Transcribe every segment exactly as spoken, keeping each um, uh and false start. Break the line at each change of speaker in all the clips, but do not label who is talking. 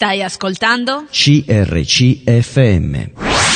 Stai ascoltando
C R C F M.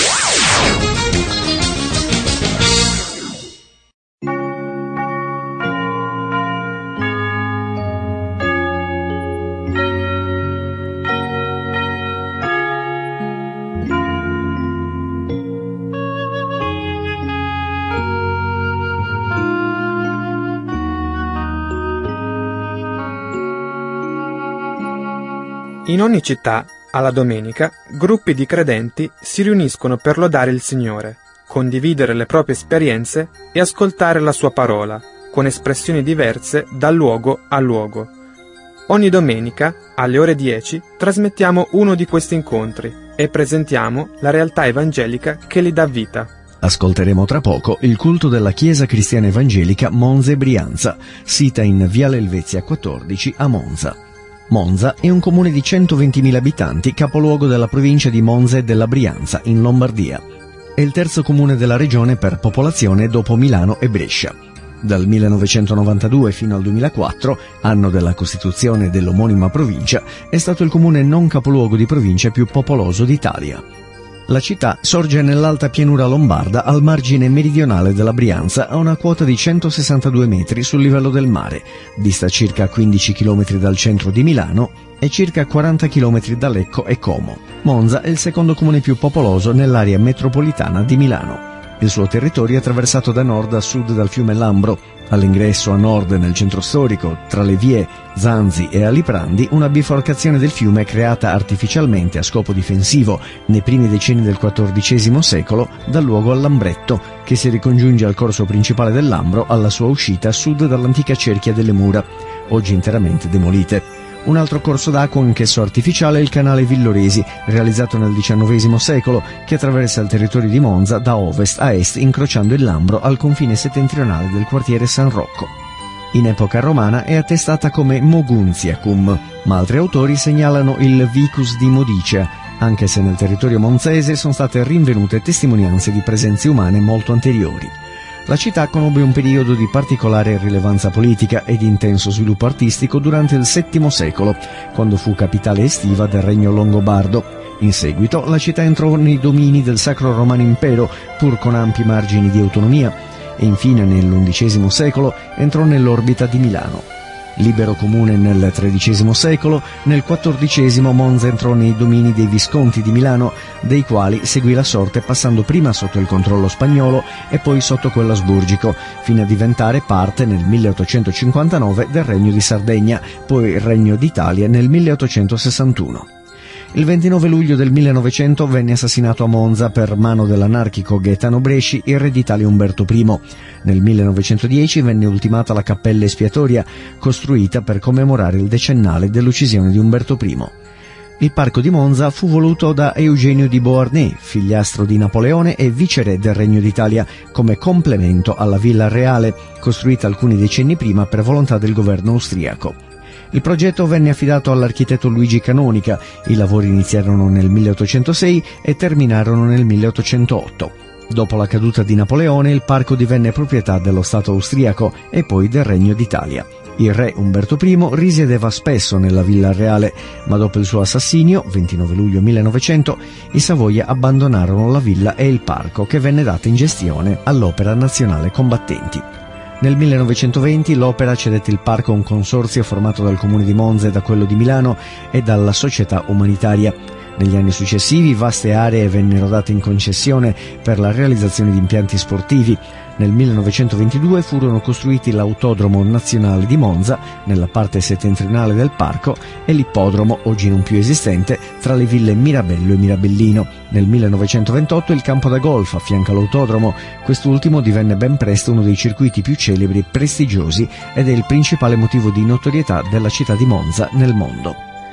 In ogni città, alla domenica, gruppi di credenti si riuniscono per lodare il Signore, condividere le proprie esperienze e ascoltare la Sua parola, con espressioni diverse da luogo a luogo. Ogni domenica, alle ore dieci, trasmettiamo uno di questi incontri e presentiamo la realtà evangelica che li dà vita.
Ascolteremo tra poco il culto della Chiesa Cristiana Evangelica Monza e Brianza, sita in Viale Elvezia quattordici a Monza. Monza è un comune di centoventimila abitanti, capoluogo della provincia di Monza e della Brianza, in Lombardia. È il terzo comune della regione per popolazione dopo Milano e Brescia. Dal millenovecentonovantadue fino al duemilaquattro, anno della costituzione dell'omonima provincia, è stato il comune non capoluogo di provincia più popoloso d'Italia. La città sorge nell'alta pianura lombarda al margine meridionale della Brianza a una quota di centosessantadue metri sul livello del mare, dista circa quindici chilometri dal centro di Milano e circa quaranta chilometri da Lecco e Como. Monza è il secondo comune più popoloso nell'area metropolitana di Milano. Il suo territorio è attraversato da nord a sud dal fiume Lambro. All'ingresso a nord nel centro storico, tra le vie Zanzi e Aliprandi, una biforcazione del fiume creata artificialmente a scopo difensivo nei primi decenni del quattordicesimo secolo dal luogo al Lambretto, che si ricongiunge al corso principale del Lambro alla sua uscita a sud dall'antica cerchia delle mura, oggi interamente demolite. Un altro corso d'acqua, anch'esso artificiale, è il canale Villoresi, realizzato nel diciannovesimo secolo, che attraversa il territorio di Monza da ovest a est, incrociando il Lambro al confine settentrionale del quartiere San Rocco. In epoca romana è attestata come Moguntiacum, ma altri autori segnalano il Vicus di Modicea, anche se nel territorio monzese sono state rinvenute testimonianze di presenze umane molto anteriori. La città conobbe un periodo di particolare rilevanza politica e di intenso sviluppo artistico durante il settimo secolo, quando fu capitale estiva del regno longobardo. In seguito la città entrò nei domini del Sacro Romano Impero, pur con ampi margini di autonomia, e infine nell'undicesimo secolo entrò nell'orbita di Milano. Libero comune nel tredicesimo secolo, nel quattordicesimo Monza entrò nei domini dei Visconti di Milano, dei quali seguì la sorte passando prima sotto il controllo spagnolo e poi sotto quello asburgico, fino a diventare parte nel milleottocentocinquantanove del Regno di Sardegna, poi Regno d'Italia nel milleottocentosessantuno. Il ventinove luglio del millenovecento venne assassinato a Monza per mano dell'anarchico Gaetano Bresci il re d'Italia Umberto I. Nel millenovecentodieci venne ultimata la cappella espiatoria, costruita per commemorare il decennale dell'uccisione di Umberto I. Il parco di Monza fu voluto da Eugenio di Beauharnais, figliastro di Napoleone e viceré del Regno d'Italia, come complemento alla Villa Reale, costruita alcuni decenni prima per volontà del governo austriaco. Il progetto venne affidato all'architetto Luigi Canonica, i lavori iniziarono nel milleottocentosei e terminarono nel milleottocentootto. Dopo la caduta di Napoleone il parco divenne proprietà dello Stato austriaco e poi del Regno d'Italia. Il re Umberto I risiedeva spesso nella Villa Reale, ma dopo il suo assassinio, ventinove luglio millenovecento, i Savoia abbandonarono la villa e il parco, che venne dato in gestione all'Opera Nazionale Combattenti. Nel millenovecentoventi l'Opera cedette il parco a un consorzio formato dal Comune di Monza e da quello di Milano e dalla Società Umanitaria. Negli anni successivi vaste aree vennero date in concessione per la realizzazione di impianti sportivi. Nel millenovecentoventidue furono costruiti l'Autodromo Nazionale di Monza, nella parte settentrionale del parco, e l'ippodromo, oggi non più esistente, tra le ville Mirabello e Mirabellino. Nel millenovecentoventotto il campo da golf a fianco all'autodromo, quest'ultimo divenne ben presto uno dei circuiti più celebri e prestigiosi ed è il principale motivo di notorietà della città di Monza nel mondo.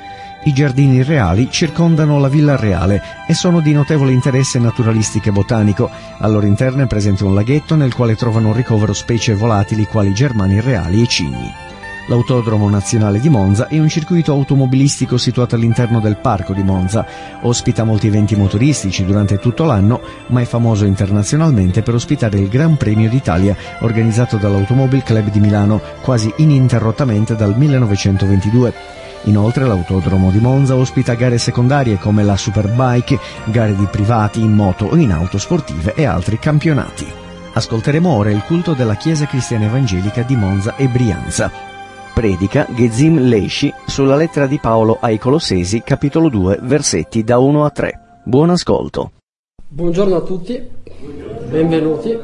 I giardini reali circondano la Villa Reale e sono di notevole interesse naturalistico e botanico. Al loro interno è presente un laghetto nel quale trovano ricovero specie volatili quali germani reali e cigni. L'Autodromo Nazionale di Monza è un circuito automobilistico situato all'interno del parco di Monza. Ospita molti eventi motoristici durante tutto l'anno, ma è famoso internazionalmente per ospitare il Gran Premio d'Italia organizzato dall'Automobile Club di Milano quasi ininterrottamente dal millenovecentoventidue. Inoltre l'autodromo di Monza ospita gare secondarie come la Superbike, gare di privati in moto o in auto sportive e altri campionati. Ascolteremo ora il culto della Chiesa Cristiana Evangelica di Monza e Brianza. Predica Ghezim Leishi sulla lettera di Paolo ai Colossesi, capitolo due, versetti da uno a tre. Buon ascolto.
Buongiorno a tutti, benvenuti.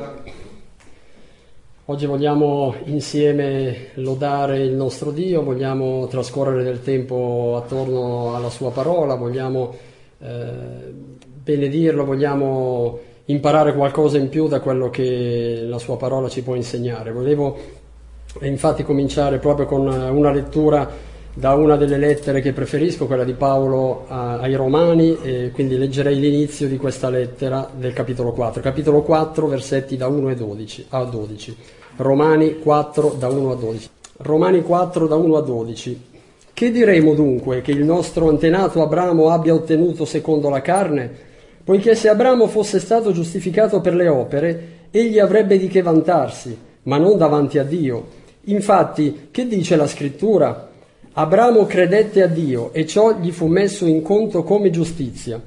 Oggi vogliamo insieme lodare il nostro Dio, vogliamo trascorrere del tempo attorno alla sua parola, vogliamo eh, benedirlo, vogliamo imparare qualcosa in più da quello che la sua parola ci può insegnare. Volevo infatti cominciare proprio con una lettura da una delle lettere che preferisco, quella di Paolo ai Romani, e quindi leggerei l'inizio di questa lettera del capitolo quattro. Capitolo quattro, versetti da uno a dodici. Romani quattro, da uno a dodici. Romani quattro, da uno a dodici. Che diremo dunque che il nostro antenato Abramo abbia ottenuto secondo la carne? Poiché se Abramo fosse stato giustificato per le opere, egli avrebbe di che vantarsi, ma non davanti a Dio. Infatti, che dice la Scrittura? Abramo credette a Dio e ciò gli fu messo in conto come giustizia.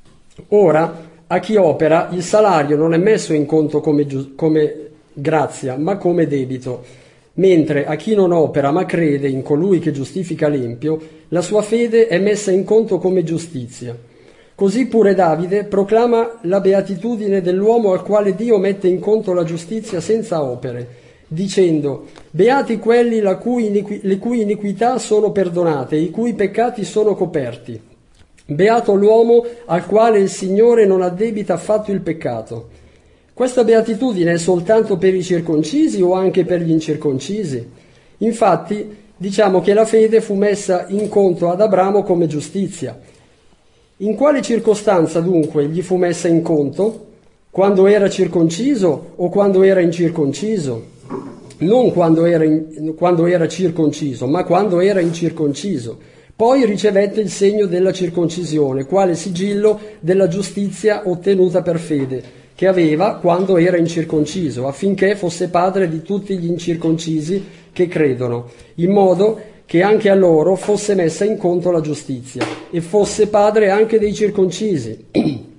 Ora, a chi opera, il salario non è messo in conto come, giu- come grazia, ma come debito, mentre a chi non opera ma crede in colui che giustifica l'empio, la sua fede è messa in conto come giustizia. Così pure Davide proclama la beatitudine dell'uomo al quale Dio mette in conto la giustizia senza opere, dicendo: beati quelli la cui iniqui- le cui iniquità sono perdonate, i cui peccati sono coperti. Beato l'uomo al quale il Signore non addebita affatto il peccato. Questa beatitudine è soltanto per i circoncisi o anche per gli incirconcisi? Infatti, diciamo che la fede fu messa in conto ad Abramo come giustizia. In quale circostanza dunque gli fu messa in conto? Quando era circonciso o quando era incirconciso? Non quando era, in, quando era circonciso, ma quando era incirconciso. Poi ricevette il segno della circoncisione, quale sigillo della giustizia ottenuta per fede, che aveva quando era incirconciso, affinché fosse padre di tutti gli incirconcisi che credono, in modo che anche a loro fosse messa in conto la giustizia, e fosse padre anche dei circoncisi,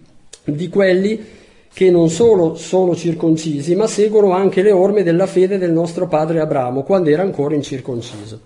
di quelli che non solo sono circoncisi, ma seguono anche le orme della fede del nostro padre Abramo, quando era ancora incirconciso.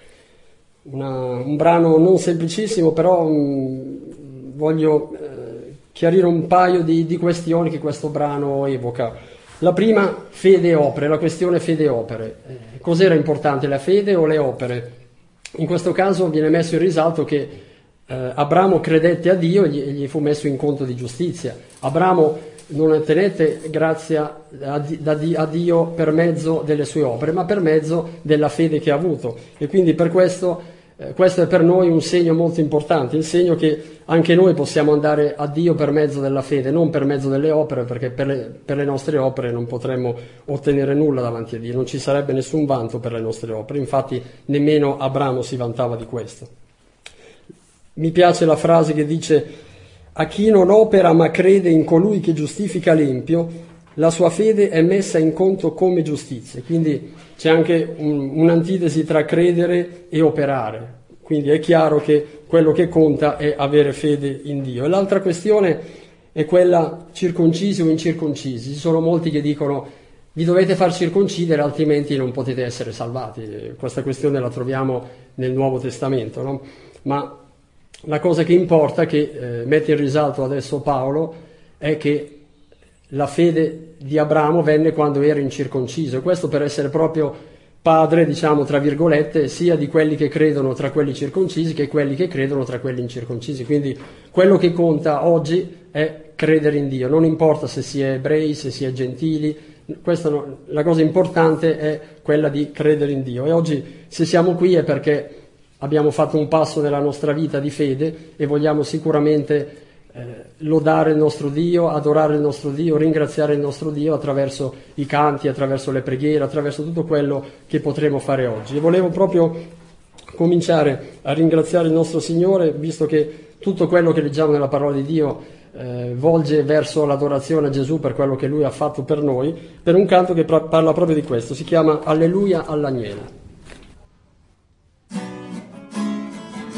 Una, un brano non semplicissimo, però mh, voglio eh, chiarire un paio di, di questioni che questo brano evoca. La prima, fede e opere, la questione fede e opere. Eh, cos'era importante, la fede o le opere? In questo caso viene messo in risalto che eh, Abramo credette a Dio e gli, gli fu messo in conto di giustizia. Abramo non ottenette grazia a Dio per mezzo delle sue opere, ma per mezzo della fede che ha avuto, e quindi per questo, eh, questo è per noi un segno molto importante, il segno che anche noi possiamo andare a Dio per mezzo della fede, non per mezzo delle opere, perché per le, per le nostre opere non potremmo ottenere nulla davanti a Dio, non ci sarebbe nessun vanto per le nostre opere, infatti nemmeno Abramo si vantava di questo. Mi piace la frase che dice: a chi non opera ma crede in colui che giustifica l'empio, la sua fede è messa in conto come giustizia. Quindi c'è anche un, un'antitesi tra credere e operare. Quindi è chiaro che quello che conta è avere fede in Dio. E l'altra questione è quella circoncisi o incirconcisi. Ci sono molti che dicono: vi dovete far circoncidere, altrimenti non potete essere salvati. Questa questione la troviamo nel Nuovo Testamento, no? Ma la cosa che importa, che eh, mette in risalto adesso Paolo, è che la fede di Abramo venne quando era incirconciso, e questo per essere proprio padre, diciamo tra virgolette, sia di quelli che credono tra quelli circoncisi che quelli che credono tra quelli incirconcisi. Quindi quello che conta oggi è credere in Dio, non importa se si è ebrei, se si è gentili, questa no, la cosa importante è quella di credere in Dio. E oggi se siamo qui è perché abbiamo fatto un passo nella nostra vita di fede e vogliamo sicuramente eh, lodare il nostro Dio, adorare il nostro Dio, ringraziare il nostro Dio attraverso i canti, attraverso le preghiere, attraverso tutto quello che potremo fare oggi. E volevo proprio cominciare a ringraziare il nostro Signore, visto che tutto quello che leggiamo nella parola di Dio eh, volge verso l'adorazione a Gesù per quello che Lui ha fatto per noi, per un canto che parla proprio di questo, si chiama Alleluia all'agnello.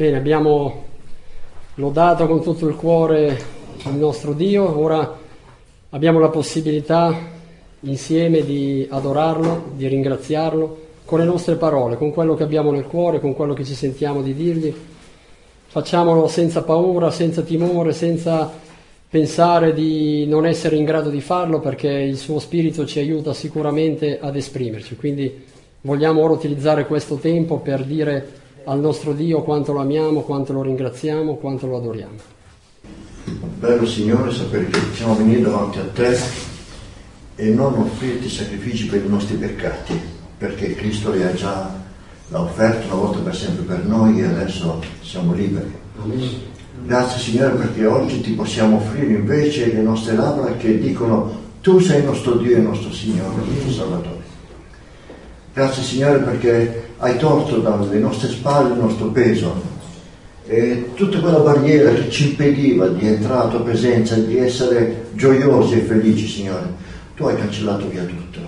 Bene, abbiamo lodato con tutto il cuore il nostro Dio, ora abbiamo la possibilità insieme di adorarlo, di ringraziarlo con le nostre parole, con quello che abbiamo nel cuore, con quello che ci sentiamo di dirgli. Facciamolo senza paura, senza timore, senza pensare di non essere in grado di farlo, perché il suo spirito ci aiuta sicuramente ad esprimerci. Quindi vogliamo ora utilizzare questo tempo per dire al nostro Dio quanto lo amiamo, quanto lo ringraziamo, quanto lo adoriamo.
Bello Signore sapere che possiamo venire davanti a Te e non offrirti sacrifici per i nostri peccati, perché Cristo li ha già l'ha offerto una volta per sempre per noi e adesso siamo liberi. Amen. Grazie Signore perché oggi ti possiamo offrire invece le nostre labbra che dicono Tu sei il nostro Dio e il nostro Signore, il nostro Salvatore. Grazie Signore perché hai tolto dalle nostre spalle il nostro peso e tutta quella barriera che ci impediva di entrare alla tua presenza e di essere gioiosi e felici, Signore. Tu hai cancellato via tutto.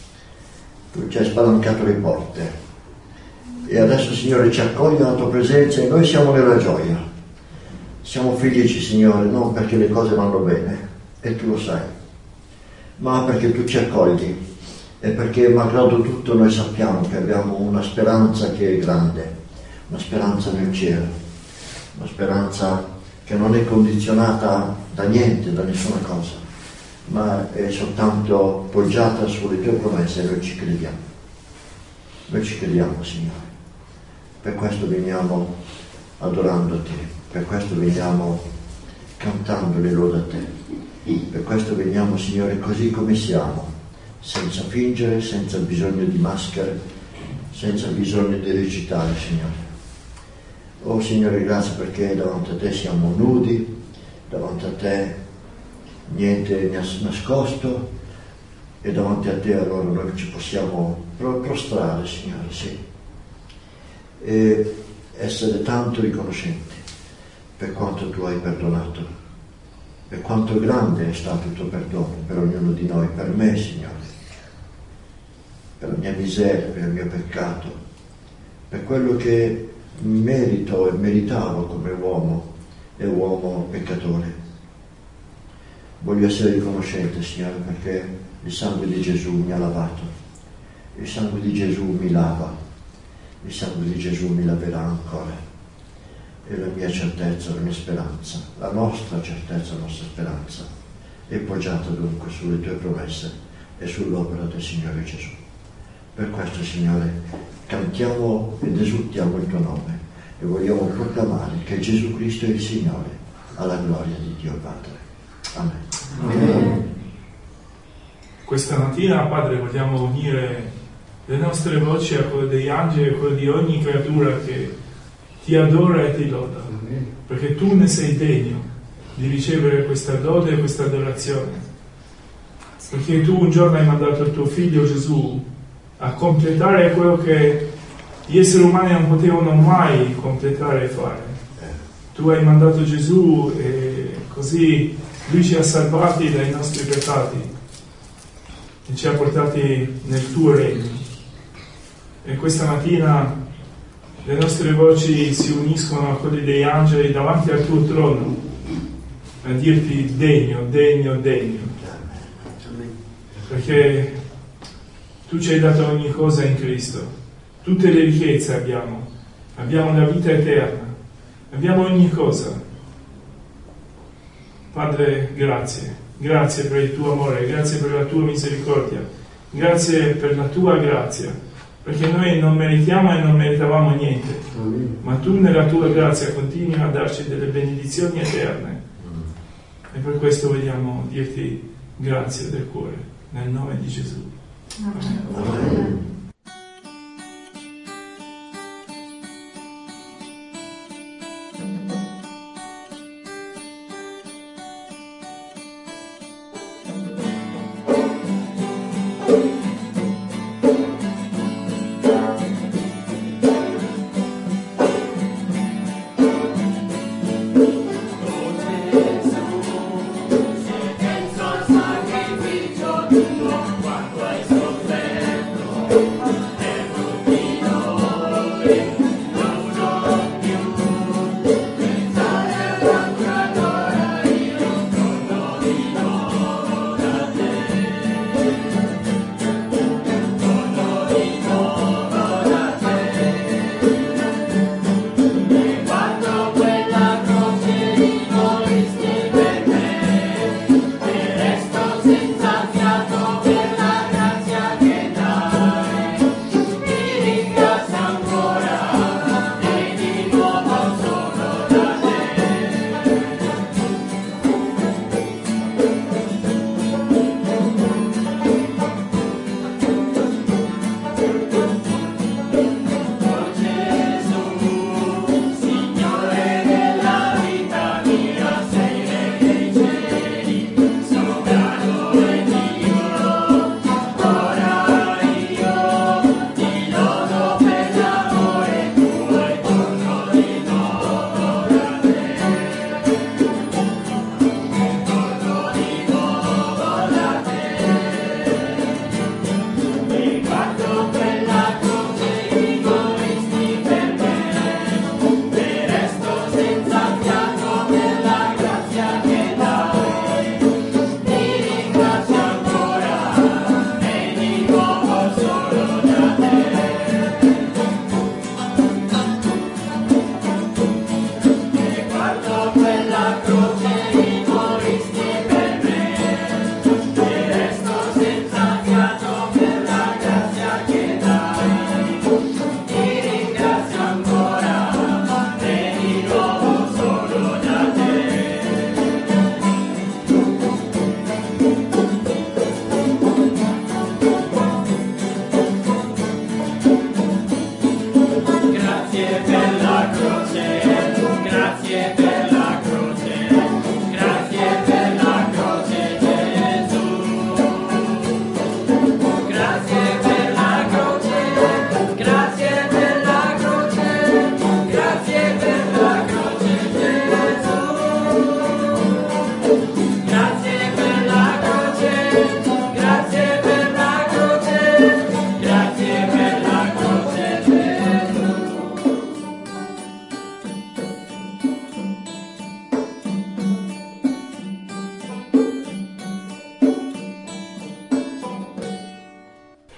Tu ci hai spalancato le porte e adesso Signore ci accogli alla tua presenza e noi siamo nella gioia. Siamo felici Signore, non perché le cose vanno bene e tu lo sai, ma perché tu ci accogli e perché malgrado tutto noi sappiamo che abbiamo una speranza che è grande, una speranza nel cielo, una speranza che non è condizionata da niente, da nessuna cosa, ma è soltanto poggiata sulle tue promesse e noi ci crediamo. Noi ci crediamo Signore, per questo veniamo adorando a Te, per questo veniamo cantando le lodi a Te, per questo veniamo Signore così come siamo, senza fingere, senza bisogno di maschere, senza bisogno di recitare, Signore. Oh Signore, grazie perché davanti a Te siamo nudi, davanti a Te niente nascosto e davanti a Te allora noi ci possiamo prostrare, Signore, sì, e essere tanto riconoscenti per quanto Tu hai perdonato, per quanto grande è stato il Tuo perdono per ognuno di noi, per me, Signore, per la mia miseria, per il mio peccato, per quello che merito e meritavo come uomo e uomo peccatore. Voglio essere riconoscente, Signore, perché il sangue di Gesù mi ha lavato, il sangue di Gesù mi lava, il sangue di Gesù mi laverà ancora. E la mia certezza, la mia speranza, la nostra certezza, la nostra speranza è poggiata dunque sulle Tue promesse e sull'opera del Signore Gesù. Per questo, Signore, cantiamo ed esultiamo il Tuo nome e vogliamo proclamare che Gesù Cristo è il Signore, alla gloria di Dio Padre. Amen.
Amen. Questa mattina, Padre, vogliamo unire le nostre voci a quelle degli angeli e a quelle di ogni creatura che Ti adora e Ti loda, perché Tu ne sei degno di ricevere questa lode e questa adorazione, perché Tu un giorno hai mandato il Tuo Figlio Gesù a completare quello che gli esseri umani non potevano mai completare e fare. Tu hai mandato Gesù e così Lui ci ha salvati dai nostri peccati e ci ha portati nel Tuo regno. E questa mattina le nostre voci si uniscono a quelle degli angeli davanti al Tuo trono a dirti degno, degno, degno, perché Tu ci hai dato ogni cosa in Cristo, tutte le ricchezze abbiamo, abbiamo la vita eterna, abbiamo ogni cosa. Padre, grazie, grazie per il Tuo amore, grazie per la Tua misericordia, grazie per la Tua grazia, perché noi non meritiamo e non meritavamo niente, ma Tu nella Tua grazia continui a darci delle benedizioni eterne. E per questo vogliamo dirti grazie del cuore, nel nome di Gesù. Amen. Amen.
Sacrificio tuo, quanto hai sofferto.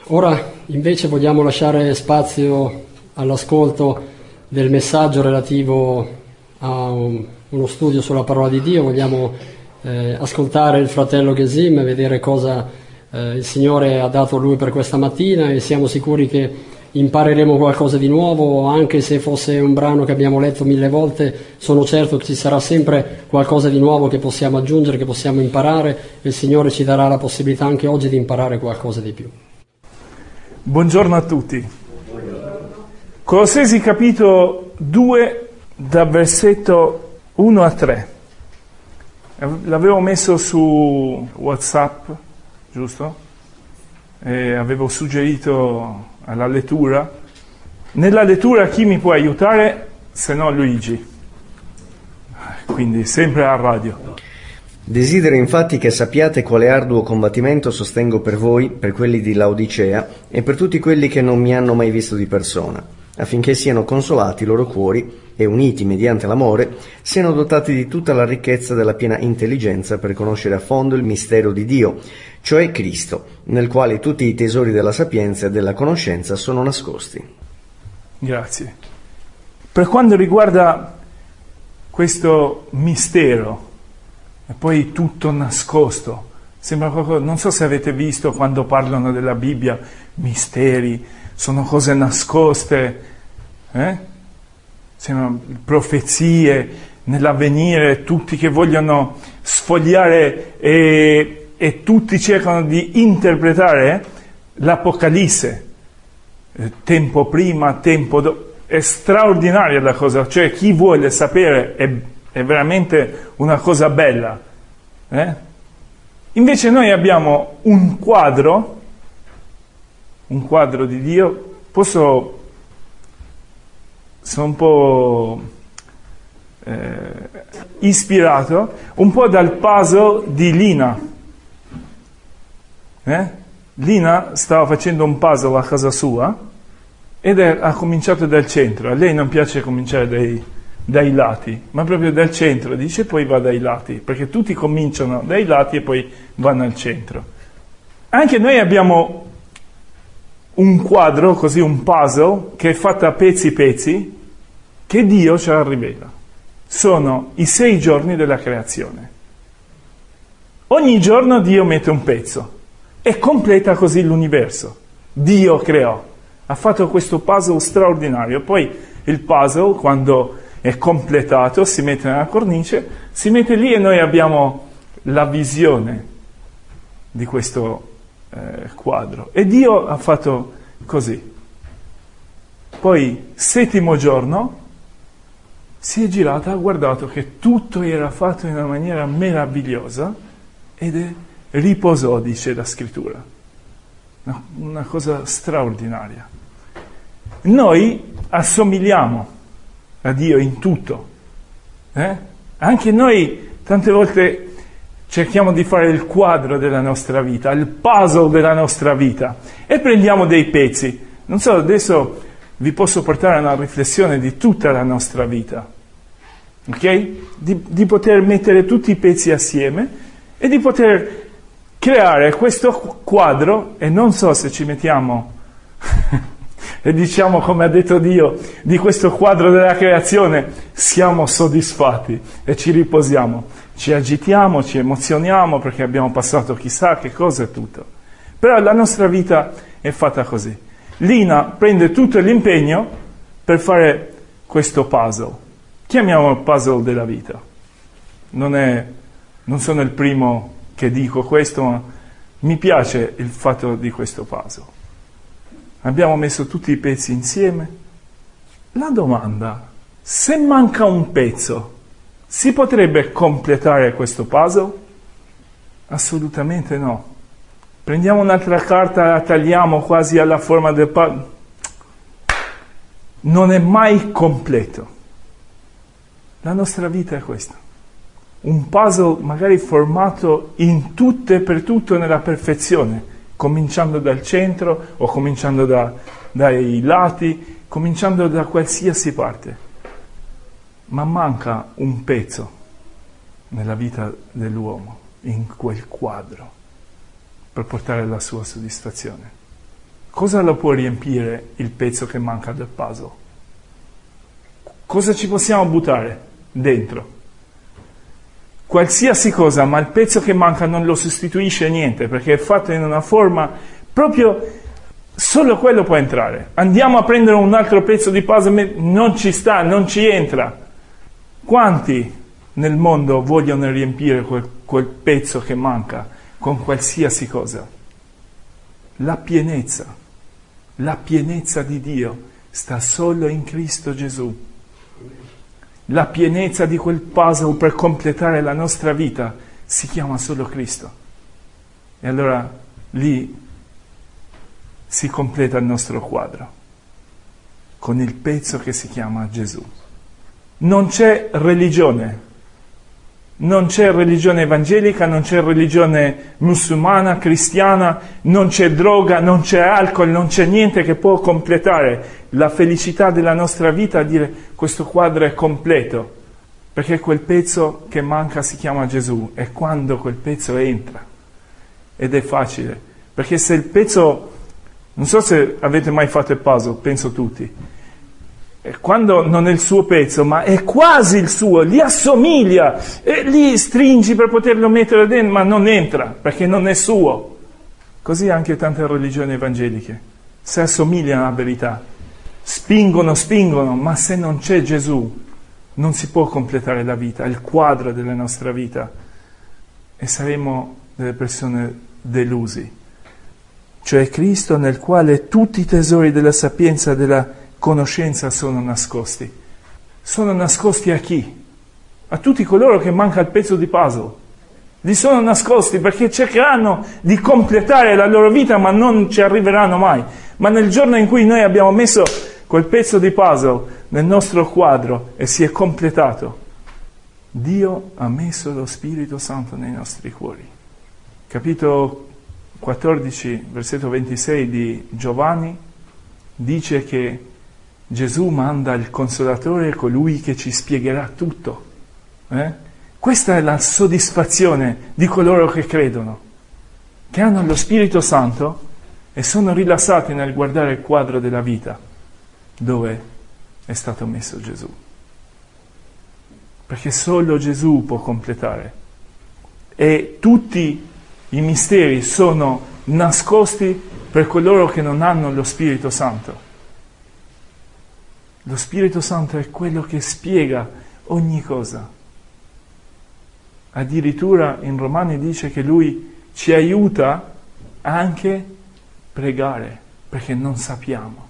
Ora invece vogliamo lasciare spazio all'ascolto del messaggio relativo a un, uno studio sulla parola di Dio. Vogliamo eh, ascoltare il fratello Gesim, vedere cosa eh, il Signore ha dato a lui per questa mattina, e siamo sicuri che impareremo qualcosa di nuovo, anche se fosse un brano che abbiamo letto mille volte. Sono certo che ci sarà sempre qualcosa di nuovo che possiamo aggiungere, che possiamo imparare, e il Signore ci darà la possibilità anche oggi di imparare qualcosa di più.
Buongiorno a tutti. Colossesi capitolo due, dal versetto uno a tre. L'avevo messo su WhatsApp, giusto? E avevo suggerito alla lettura. Nella lettura chi mi può aiutare se no Luigi? Quindi sempre a radio.
Desidero infatti che sappiate quale arduo combattimento sostengo per voi, per quelli di Laodicea e per tutti quelli che non mi hanno mai visto di persona, affinché siano consolati i loro cuori e, uniti mediante l'amore, siano dotati di tutta la ricchezza della piena intelligenza per conoscere a fondo il mistero di Dio, cioè Cristo, nel quale tutti i tesori della sapienza e della conoscenza sono nascosti.
Grazie. Per quanto riguarda questo mistero, e poi tutto nascosto, sembra qualcosa, non so se avete visto quando parlano della Bibbia, misteri, sono cose nascoste, eh? Sono profezie nell'avvenire, tutti che vogliono sfogliare e, e tutti cercano di interpretare l'Apocalisse, tempo prima, tempo dopo. È straordinaria la cosa, cioè chi vuole sapere è, è veramente una cosa bella. Eh? Invece noi abbiamo un quadro, un quadro di Dio. Posso, sono un po' eh, ispirato, un po' dal puzzle di Lina. Eh? Lina stava facendo un puzzle a casa sua ed è, ha cominciato dal centro. A lei non piace cominciare dai, dai lati, ma proprio dal centro, dice, poi va dai lati, perché tutti cominciano dai lati e poi vanno al centro. Anche noi abbiamo un quadro, così un puzzle, che è fatto a pezzi pezzi, che Dio ce la rivela. Sono i sei giorni della creazione. Ogni giorno Dio mette un pezzo e completa così l'universo. Dio creò, ha fatto questo puzzle straordinario. Poi il puzzle, quando è completato, si mette nella cornice, si mette lì e noi abbiamo la visione di questo eh, quadro. E Dio ha fatto così. Poi, settimo giorno, si è girata, ha guardato che tutto era fatto in una maniera meravigliosa ed è riposò, dice la scrittura. No, una cosa straordinaria. Noi assomigliamo a Dio in tutto. Eh? Anche noi tante volte cerchiamo di fare il quadro della nostra vita, il puzzle della nostra vita, e prendiamo dei pezzi. Non so, adesso vi posso portare a una riflessione di tutta la nostra vita, ok? Di, di poter mettere tutti i pezzi assieme e di poter creare questo quadro, e non so se ci mettiamo e diciamo, come ha detto Dio, di questo quadro della creazione siamo soddisfatti e ci riposiamo, ci agitiamo, ci emozioniamo perché abbiamo passato chissà che cosa e tutto. Però la nostra vita è fatta così. Lina prende tutto l'impegno per fare questo puzzle. Chiamiamolo il puzzle della vita. Non è, non sono il primo che dico questo, ma mi piace il fatto di questo puzzle. Abbiamo messo tutti i pezzi insieme. La domanda, se manca un pezzo, si potrebbe completare questo puzzle? Assolutamente no. Prendiamo un'altra carta, la tagliamo quasi alla forma del puzzle. Non è mai completo. La nostra vita è questa. Un puzzle magari formato in tutto e per tutto nella perfezione, cominciando dal centro o cominciando da, dai lati, cominciando da qualsiasi parte. Ma manca un pezzo nella vita dell'uomo, in quel quadro, per portare la sua soddisfazione. cosa lo può riempire il pezzo che manca del puzzle? Cosa ci possiamo buttare dentro? Qualsiasi cosa, ma il pezzo che manca non lo sostituisce niente, perché è fatto in una forma proprio, solo quello può entrare. Andiamo a prendere un altro pezzo di puzzle, non ci sta, non ci entra. Quanti nel mondo vogliono riempire quel, quel pezzo che manca con qualsiasi cosa? La pienezza, la pienezza di Dio sta solo in Cristo Gesù. La pienezza di quel puzzle per completare la nostra vita si chiama solo Cristo. E allora lì si completa il nostro quadro con il pezzo che si chiama Gesù. Non c'è religione, non c'è religione evangelica, non c'è religione musulmana, cristiana, non c'è droga, non c'è alcol, non c'è niente che può completare la felicità della nostra vita, a dire questo quadro è completo, perché quel pezzo che manca si chiama Gesù, e quando quel pezzo entra, ed è facile, perché se il pezzo, non so se avete mai fatto il puzzle, penso tutti, quando non è il suo pezzo, ma è quasi il suo, gli assomiglia, e lì stringi per poterlo mettere dentro, ma non entra, perché non è suo. Così anche tante religioni evangeliche, se assomigliano alla verità, spingono, spingono, ma se non c'è Gesù, non si può completare la vita, il quadro della nostra vita, e saremo delle persone delusi. Cioè Cristo, nel quale tutti i tesori della sapienza, della conoscenza sono nascosti. Sono nascosti a chi? A tutti coloro che manca il pezzo di puzzle. Li sono nascosti perché cercheranno di completare la loro vita, ma non ci arriveranno mai. Ma nel giorno in cui noi abbiamo messo quel pezzo di puzzle nel nostro quadro e si è completato, Dio ha messo lo Spirito Santo nei nostri cuori. Capitolo quattordici, versetto ventisei di Giovanni, dice che Gesù manda il Consolatore, colui che ci spiegherà tutto. Eh? Questa è la soddisfazione di coloro che credono, che hanno lo Spirito Santo e sono rilassati nel guardare il quadro della vita, dove è stato messo Gesù. Perché solo Gesù può completare. E tutti i misteri sono nascosti per coloro che non hanno lo Spirito Santo. Lo Spirito Santo è quello che spiega ogni cosa. Addirittura in Romani dice che Lui ci aiuta anche a pregare, perché non sappiamo.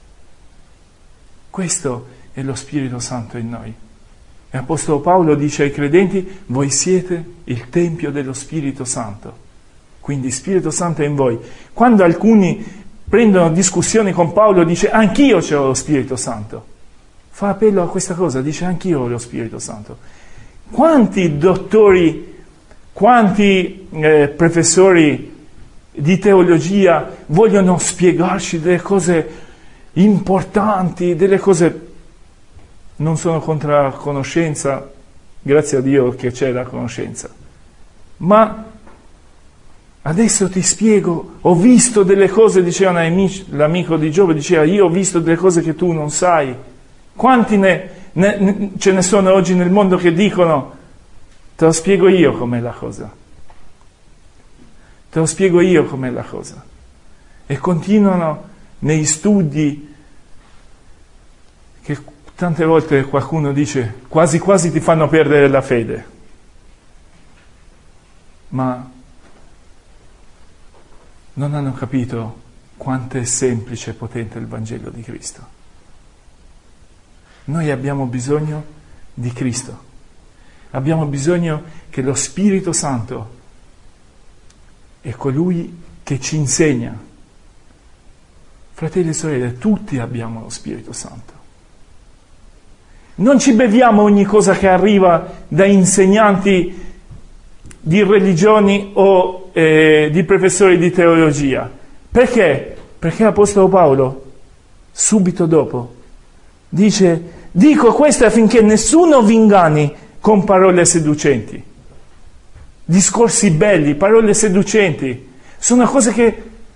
Questo è lo Spirito Santo in noi. E Apostolo Paolo dice ai credenti: voi siete il Tempio dello Spirito Santo. Quindi Spirito Santo è in voi. Quando alcuni prendono discussioni con Paolo, dice: anch'io c'ho lo Spirito Santo. Fa appello a questa cosa, dice: anch'io ho lo Spirito Santo. Quanti dottori, quanti eh, professori di teologia vogliono spiegarci delle cose importanti, delle cose... Non sono contro la conoscenza, grazie a Dio che c'è la conoscenza, ma adesso ti spiego, ho visto delle cose, diceva l'amico di Giobbe, diceva: io ho visto delle cose che tu non sai. Quanti ne, ne, ce ne sono oggi nel mondo che dicono: te lo spiego io com'è la cosa, te lo spiego io com'è la cosa, e continuano nei studi che tante volte qualcuno dice quasi quasi ti fanno perdere la fede, ma non hanno capito quanto è semplice e potente il Vangelo di Cristo. Noi abbiamo bisogno di Cristo, abbiamo bisogno che lo Spirito Santo è colui che ci insegna. Fratelli e sorelle, tutti abbiamo lo Spirito Santo. Non ci beviamo ogni cosa che arriva da insegnanti di religioni o eh, di professori di teologia. Perché? Perché l'Apostolo Paolo, subito dopo, dice: dico questo affinché nessuno vi inganni con parole seducenti. Discorsi belli, parole seducenti, sono cose che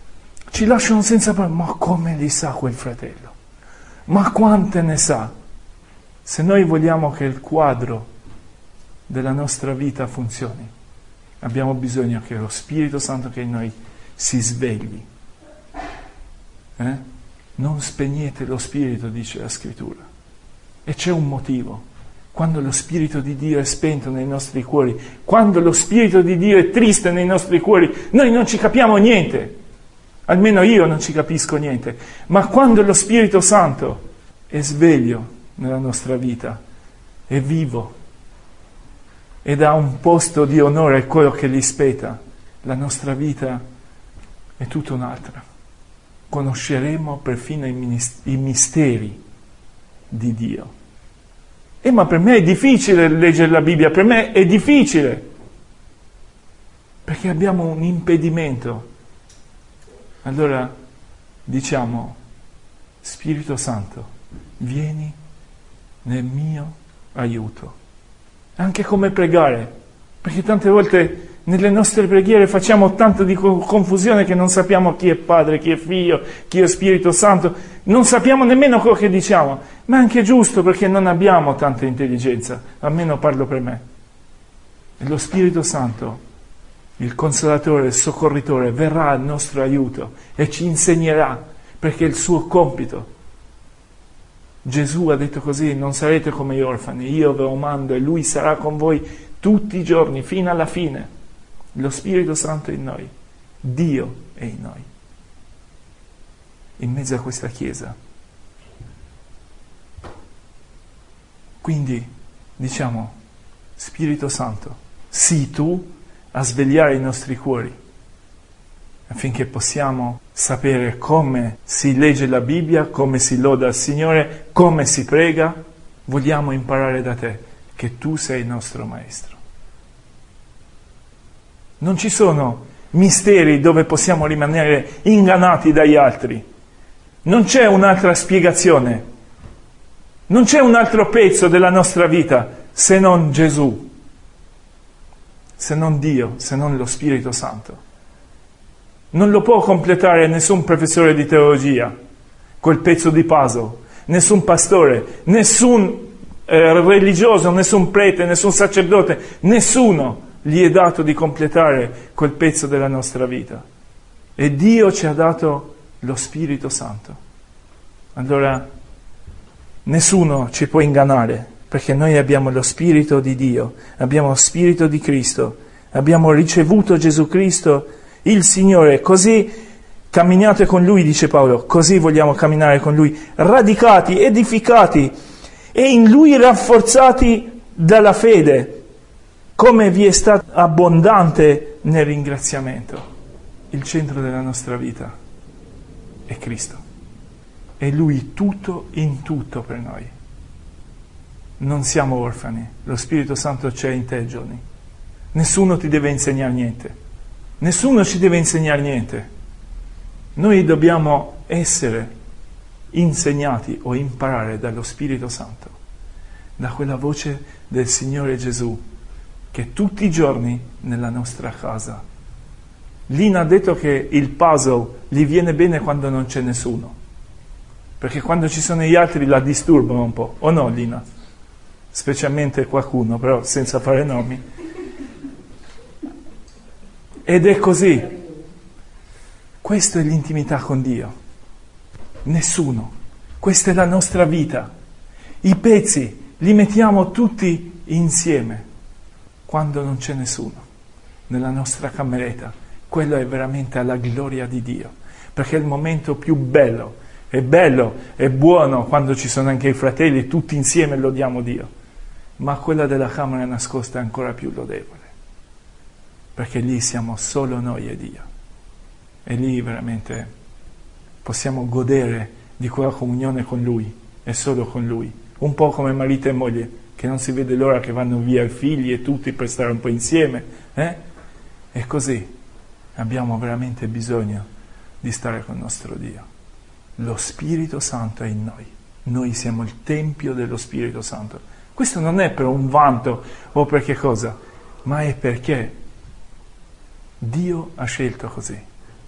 Ci lasciano senza parola. Ma come li sa quel fratello? Ma quante ne sa? Se noi vogliamo che il quadro della nostra vita funzioni, abbiamo bisogno che lo Spirito Santo che in noi si svegli. Eh? Non spegnete lo Spirito, dice la Scrittura. E c'è un motivo. Quando lo Spirito di Dio è spento nei nostri cuori, quando lo Spirito di Dio è triste nei nostri cuori, noi non ci capiamo niente. Almeno io non ci capisco niente. Ma quando lo Spirito Santo è sveglio nella nostra vita, è vivo, ed ha un posto di onore a quello che gli spetta, la nostra vita è tutta un'altra. Conosceremo perfino i, minist- i misteri di Dio. Eh, ma per me è difficile leggere la Bibbia, per me è difficile, perché abbiamo un impedimento. Allora diciamo, Spirito Santo, vieni nel mio aiuto. Anche come pregare, perché tante volte nelle nostre preghiere facciamo tanto di confusione che non sappiamo chi è Padre, chi è Figlio, chi è Spirito Santo, non sappiamo nemmeno quello che diciamo, ma è anche giusto perché non abbiamo tanta intelligenza, almeno parlo per me. E lo Spirito Santo, il Consolatore, il Soccorritore, verrà al nostro aiuto e ci insegnerà, perché è il suo compito. Gesù ha detto così, non sarete come gli orfani, io ve lo mando e Lui sarà con voi tutti i giorni, fino alla fine. Lo Spirito Santo è in noi, Dio è in noi, in mezzo a questa Chiesa. Quindi diciamo, Spirito Santo, sii tu a svegliare i nostri cuori, affinché possiamo sapere come si legge la Bibbia, come si loda il Signore, come si prega. Vogliamo imparare da te, che tu sei il nostro Maestro. Non ci sono misteri dove possiamo rimanere ingannati dagli altri. Non c'è un'altra spiegazione. Non c'è un altro pezzo della nostra vita se non Gesù, se non Dio, se non lo Spirito Santo. Non lo può completare nessun professore di teologia, quel pezzo di puzzle, nessun pastore, nessun eh, religioso, nessun prete, nessun sacerdote, nessuno gli è dato di completare quel pezzo della nostra vita. E Dio ci ha dato lo Spirito Santo. Allora nessuno ci può ingannare, perché noi abbiamo lo Spirito di Dio, abbiamo lo Spirito di Cristo, abbiamo ricevuto Gesù Cristo, il Signore, così camminate con Lui, dice Paolo, così vogliamo camminare con Lui, radicati, edificati e in Lui rafforzati dalla fede, come vi è stato abbondante nel ringraziamento. Il centro della nostra vita è Cristo. È Lui tutto in tutto per noi. Non siamo orfani, lo Spirito Santo c'è in te, Johnny. Nessuno ti deve insegnare niente. Nessuno ci deve insegnare niente. Noi dobbiamo essere insegnati o imparare dallo Spirito Santo, da quella voce del Signore Gesù, che tutti i giorni nella nostra casa. Lina ha detto che il puzzle gli viene bene quando non c'è nessuno, perché quando ci sono gli altri la disturbano un po', o no, Lina? Specialmente qualcuno, però senza fare nomi. Ed è così. Questa è l'intimità con Dio. Nessuno. Questa è la nostra vita. I pezzi li mettiamo tutti insieme quando non c'è nessuno nella nostra cameretta. Quello è veramente alla gloria di Dio, perché è il momento più bello. È bello, è buono quando ci sono anche i fratelli, tutti insieme lodiamo Dio, ma quella della camera nascosta è ancora più lodevole, perché lì siamo solo noi e Dio, e lì veramente possiamo godere di quella comunione con Lui e solo con Lui, un po' come marito e moglie, che non si vede l'ora che vanno via i figli e tutti per stare un po' insieme, eh? E così abbiamo veramente bisogno di stare con il nostro Dio. Lo Spirito Santo è in noi, noi siamo il Tempio dello Spirito Santo. Questo non è per un vanto o per che cosa, ma è perché Dio ha scelto così.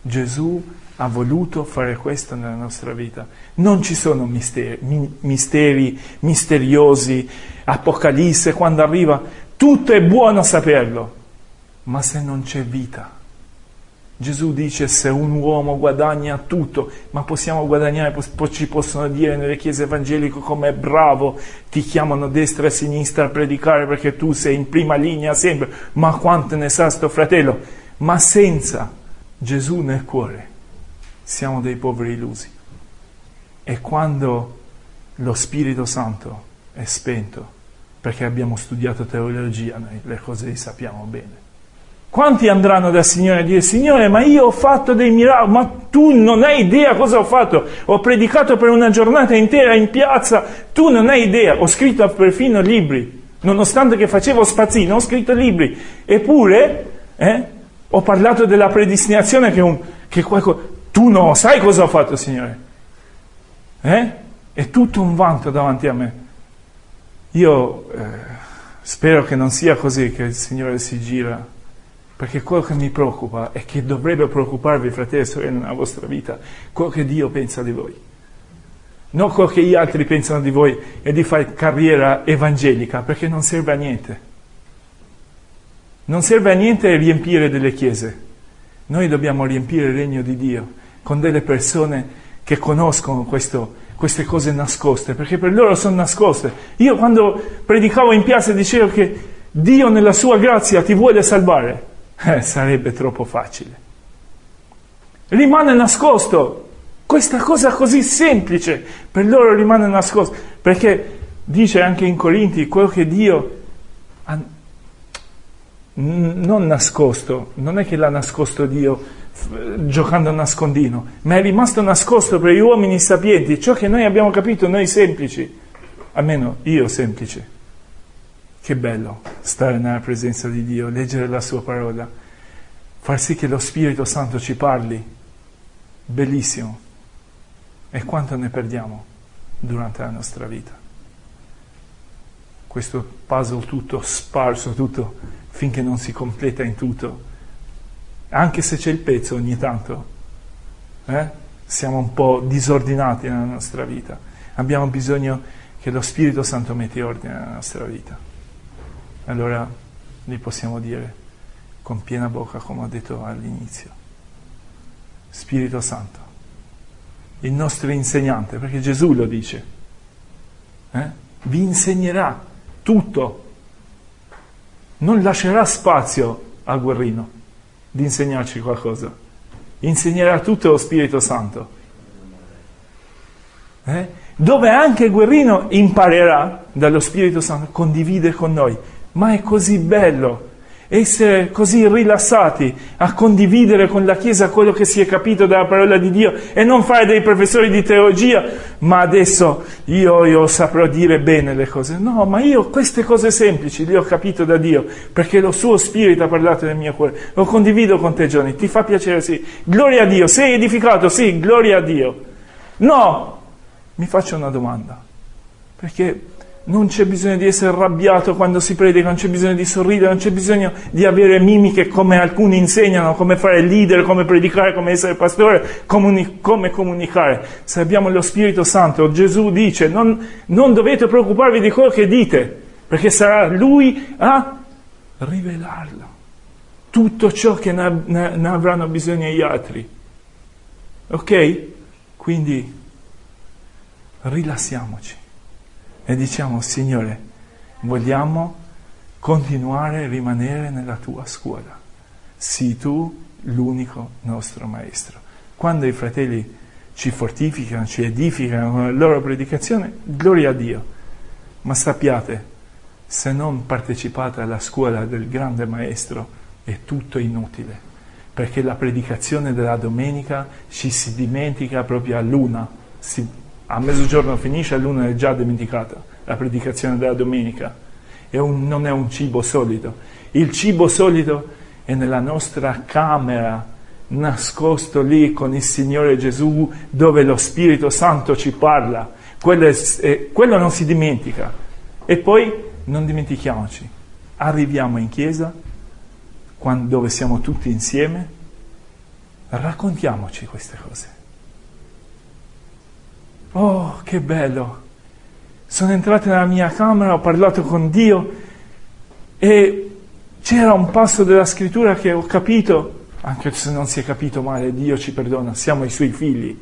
Gesù ha voluto fare questo nella nostra vita. Non ci sono misteri, mi, misteri misteriosi, Apocalisse quando arriva, tutto è buono saperlo, ma se non c'è vita. Gesù dice se un uomo guadagna tutto, ma possiamo guadagnare, poi ci possono dire nelle chiese evangeliche come è bravo, ti chiamano a destra e a sinistra a predicare perché tu sei in prima linea sempre, ma quanto ne sa sto fratello? Ma senza Gesù nel cuore siamo dei poveri illusi. E quando lo Spirito Santo è spento, perché abbiamo studiato teologia, noi le cose le sappiamo bene. Quanti andranno dal Signore a dire: Signore, ma io ho fatto dei miracoli, ma tu non hai idea cosa ho fatto, ho predicato per una giornata intera in piazza, tu non hai idea, ho scritto perfino libri, nonostante che facevo spazzino, ho scritto libri, eppure eh, ho parlato della predestinazione che, un, che qualcosa, tu non sai cosa ho fatto, Signore, eh? È tutto un vanto davanti a me. Io eh, spero che non sia così, che il Signore si gira, perché quello che mi preoccupa e che dovrebbe preoccuparvi, fratelli e sorelle, nella vostra vita, quello che Dio pensa di voi. Non quello che gli altri pensano di voi è di fare carriera evangelica, perché non serve a niente. Non serve a niente riempire delle chiese. Noi dobbiamo riempire il regno di Dio con delle persone che conoscono questo, queste cose nascoste, perché per loro sono nascoste. Io quando predicavo in piazza dicevo che Dio nella sua grazia ti vuole salvare. Eh, sarebbe troppo facile. Rimane nascosto. Questa cosa così semplice per loro rimane nascosto, perché dice anche in Corinti quello che Dio ha non nascosto, non è che l'ha nascosto Dio f- giocando a nascondino, ma è rimasto nascosto per gli uomini sapienti, ciò che noi abbiamo capito noi semplici, almeno io semplice. Che bello stare nella presenza di Dio, leggere la sua parola, far sì che lo Spirito Santo ci parli, bellissimo. E quanto ne perdiamo durante la nostra vita? Questo puzzle tutto sparso, tutto, finché non si completa in tutto. Anche se c'è il pezzo ogni tanto, eh? Siamo un po' disordinati nella nostra vita. Abbiamo bisogno che lo Spirito Santo metta ordine nella nostra vita. Allora gli possiamo dire con piena bocca, come ho detto all'inizio: Spirito Santo, il nostro insegnante, perché Gesù lo dice, eh? vi insegnerà tutto, non lascerà spazio al guerrino di insegnarci qualcosa, insegnerà tutto lo Spirito Santo, eh? dove anche il guerrino imparerà dallo Spirito Santo, condivide con noi. Ma è così bello essere così rilassati a condividere con la Chiesa quello che si è capito dalla parola di Dio e non fare dei professori di teologia, ma adesso io, io saprò dire bene le cose. No, ma io queste cose semplici le ho capito da Dio, perché lo suo Spirito ha parlato nel mio cuore. Lo condivido con te, Gianni, ti fa piacere? Sì. Gloria a Dio. Sei edificato? Sì, gloria a Dio. No, mi faccio una domanda, perché non c'è bisogno di essere arrabbiato quando si predica, non c'è bisogno di sorridere, non c'è bisogno di avere mimiche come alcuni insegnano, come fare il leader, come predicare, come essere pastore, comuni- come comunicare. Se abbiamo lo Spirito Santo, Gesù dice, non, non dovete preoccuparvi di quello che dite, perché sarà Lui a rivelarlo. Tutto ciò che ne, ne, ne avranno bisogno gli altri. Ok? Quindi rilassiamoci. E diciamo: Signore, vogliamo continuare a rimanere nella tua scuola. Sii tu l'unico nostro maestro. Quando i fratelli ci fortificano, ci edificano con la loro predicazione, gloria a Dio. Ma sappiate, se non partecipate alla scuola del grande maestro, è tutto inutile. Perché la predicazione della domenica ci si dimentica proprio a luna. Si a mezzogiorno finisce, a luna è già dimenticata la predicazione della domenica. È un, non è un cibo solido. Il cibo solido è nella nostra camera, nascosto lì con il Signore Gesù, dove lo Spirito Santo ci parla. Quello, è, è, quello non si dimentica. E poi non dimentichiamoci, arriviamo in chiesa quando, dove siamo tutti insieme, raccontiamoci queste cose. Oh, che bello! Sono entrato nella mia camera, ho parlato con Dio e c'era un passo della scrittura che ho capito, anche se non si è capito male, Dio ci perdona, siamo i suoi figli.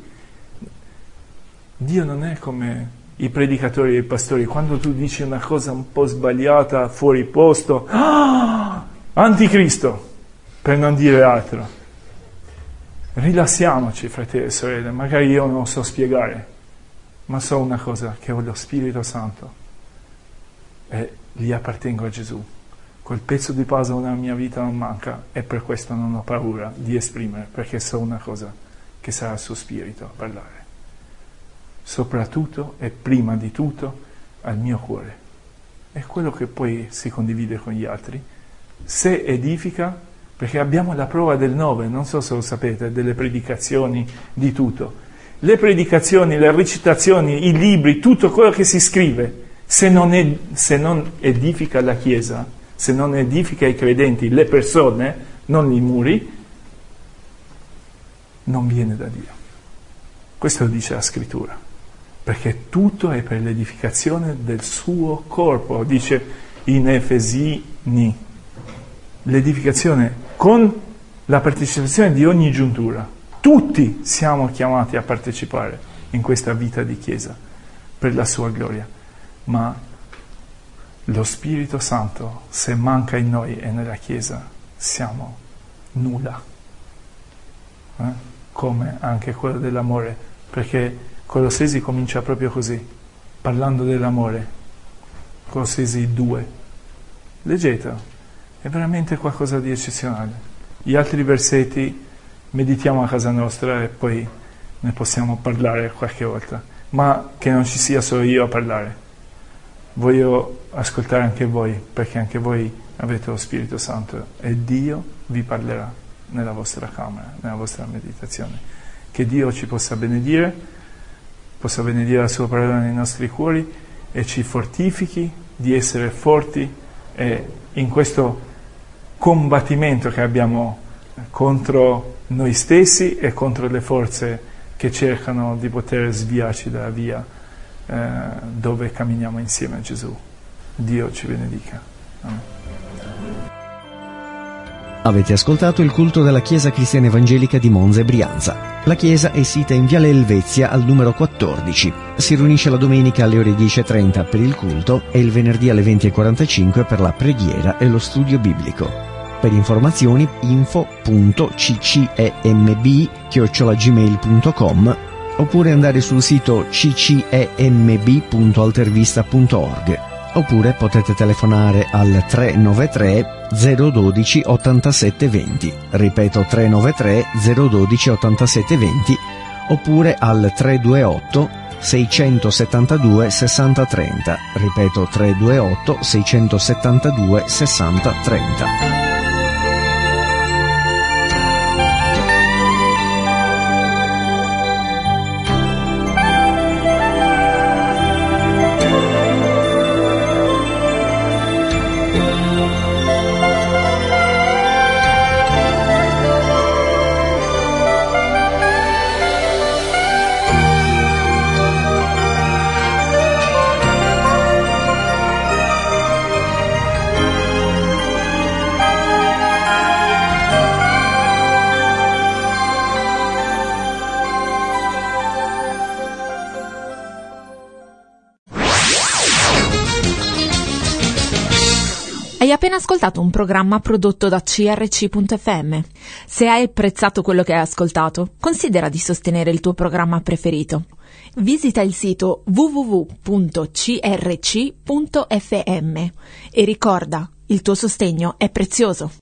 Dio non è come i predicatori e i pastori, quando tu dici una cosa un po' sbagliata, fuori posto, ah, anticristo, per non dire altro. Rilassiamoci, fratelli e sorelle, magari io non so spiegare, ma so una cosa, che ho lo Spirito Santo e gli appartengo a Gesù. Quel pezzo di puzzle nella mia vita non manca e per questo non ho paura di esprimere, perché so una cosa, che sarà il suo Spirito a parlare. Soprattutto e prima di tutto al mio cuore. È quello che poi si condivide con gli altri. Se edifica, perché abbiamo la prova del nove, non so se lo sapete, delle predicazioni, di tutto. Le predicazioni, le recitazioni, i libri, tutto quello che si scrive, se non, è, se non edifica la Chiesa, se non edifica i credenti, le persone, non i muri, non viene da Dio. Questo lo dice la Scrittura, perché tutto è per l'edificazione del suo corpo, dice in Efesini. L'edificazione con la partecipazione di ogni giuntura. Tutti siamo chiamati a partecipare in questa vita di Chiesa per la sua gloria, ma lo Spirito Santo, se manca in noi e nella Chiesa, siamo nulla, eh? Come anche quello dell'amore, perché Colossesi comincia proprio così, parlando dell'amore. Colossesi due, leggetelo, è veramente qualcosa di eccezionale. Gli altri versetti meditiamo a casa nostra e poi ne possiamo parlare qualche volta, ma che non ci sia solo io a parlare. Voglio ascoltare anche voi, perché anche voi avete lo Spirito Santo e Dio vi parlerà nella vostra camera, nella vostra meditazione. Che Dio ci possa benedire, possa benedire la sua parola nei nostri cuori e ci fortifichi di essere forti e in questo combattimento che abbiamo contro noi stessi e contro le forze che cercano di poter sviarci dalla via eh, dove camminiamo insieme a Gesù. Dio ci benedica. Amen.
Avete ascoltato il culto della Chiesa Cristiana Evangelica di Monza e Brianza. La chiesa è sita in Viale Elvezia al numero quattordici. Si riunisce la domenica alle ore dieci e trenta per il culto e il venerdì alle venti e quarantacinque per la preghiera e lo studio biblico. Per informazioni info punto c c e m b chiocciola gmail punto com oppure andare sul sito c c e m b punto altervista punto org oppure potete telefonare al tre nove tre zero uno due ottantasette venti, ripeto tre nove tre zero uno due ottantasette venti oppure al tre due otto sei sette due sei zero tre zero, ripeto tre due otto sei sette due sei zero tre zero.
Hai appena ascoltato un programma prodotto da C R C punto F M. Se hai apprezzato quello che hai ascoltato, considera di sostenere il tuo programma preferito. Visita il sito w w w punto c r c punto f m e ricorda, il tuo sostegno è prezioso.